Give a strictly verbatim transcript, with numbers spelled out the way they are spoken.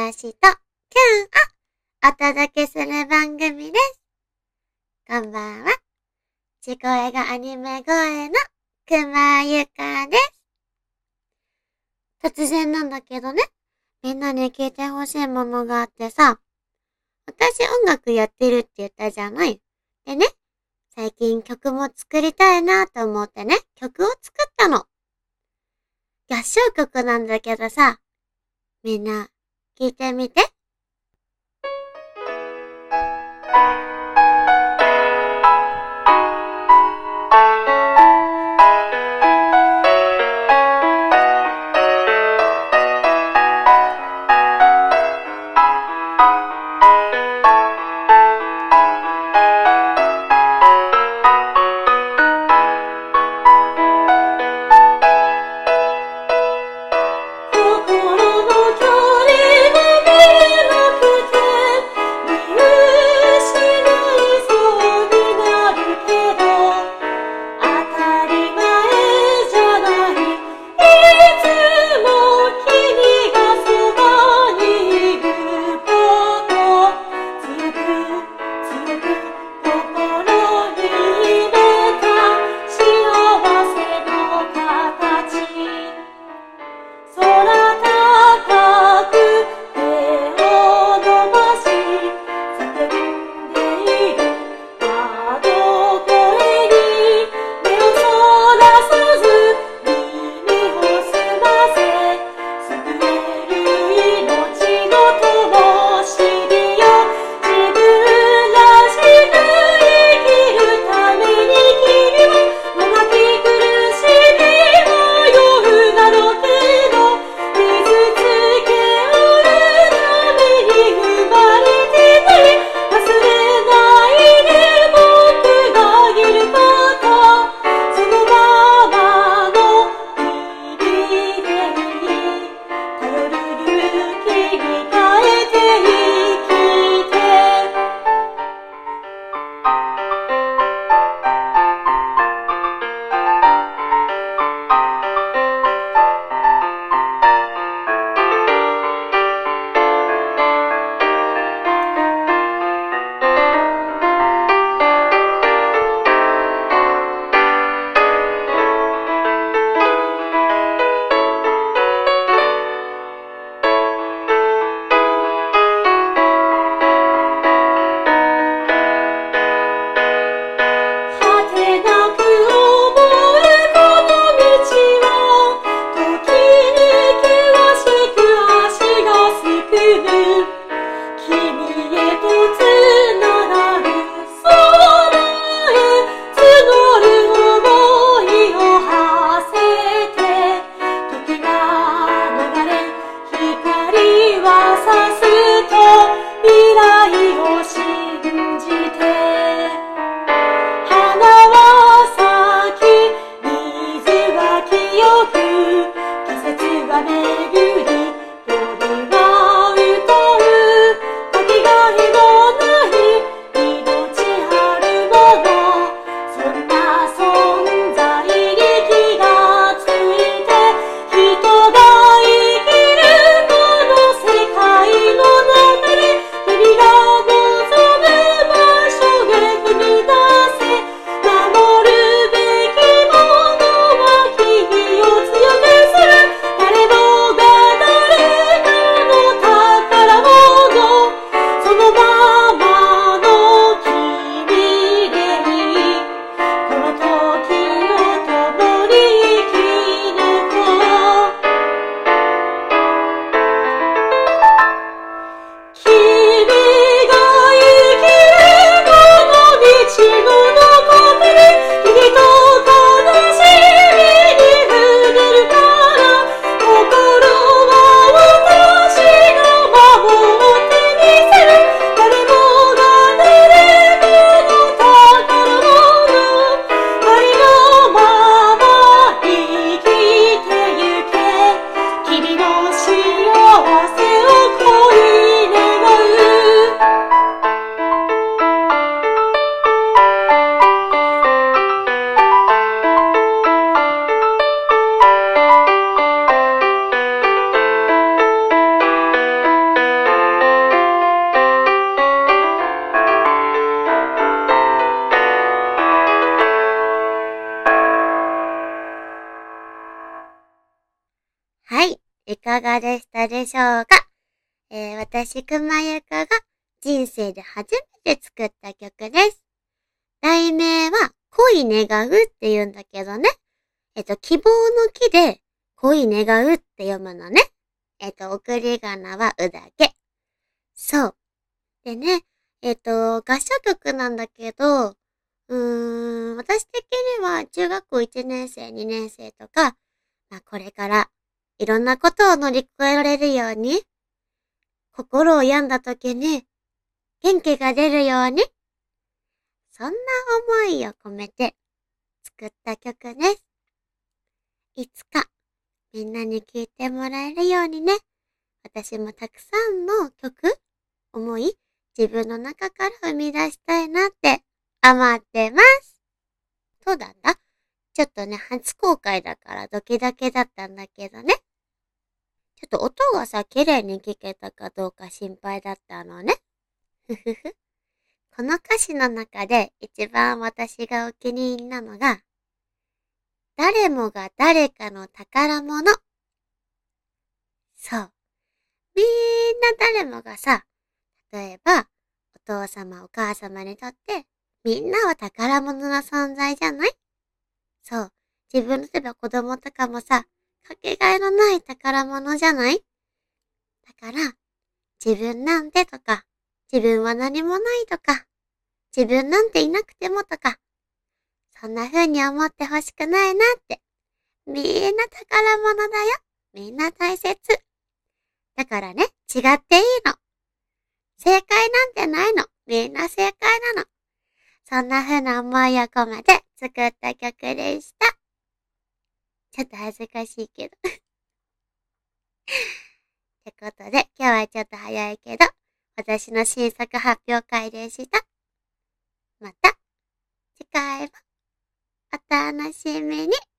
やしとキュンをお届けする番組です。こんばんは。地声がアニメ声のくまゆかです。突然なんだけどね、みんなに聞いてほしいものがあってさ、私音楽やってるって言ったじゃない。でね、最近曲も作りたいなと思ってね、曲を作ったの。合唱曲なんだけどさ、みんな聞いてみて。 心の距離が見えなくて見失かがでしたでしょうか？えー、私、くまゆかが人生で初めて作った曲です。題名は恋願うって言うんだけどね。えっと、希望の木で恋願うって読むのね。えっと、送り仮名はうだけ。そう。でね、えっと、合唱曲なんだけど、うーん、私的には中学校いちねん生、にねん生とか、まあこれからいろんなことを乗り越えられるように、心を病んだ時に元気が出るように、そんな思いを込めて作った曲です。いつかみんなに聴いてもらえるようにね、私もたくさんの曲、思い、自分の中から生み出したいなって思ってます。そうだんだ。ちょっとね、初公開だからドキドキだったんだけどね。ちょっと音がさ、綺麗に聞けたかどうか心配だったのね。ふふふ。この歌詞の中で一番私がお気に入りなのが、誰もが誰かの宝物。そう。みんな誰もがさ、例えば、お父様お母様にとって、みんなは宝物の存在じゃない？そう。自分の例えば子供とかもさ、かけがえのない宝物じゃない？だから、自分なんてとか、自分は何もないとか、自分なんていなくてもとか、そんな風に思ってほしくないなって。みんな宝物だよ。みんな大切。だからね、違っていいの。正解なんてないの。みんな正解なの。そんな風な思いを込めて作った曲でした。ちょっと恥ずかしいけど。ってことで、今日はちょっと早いけど、私の新作発表会でした。また、次回もお楽しみに。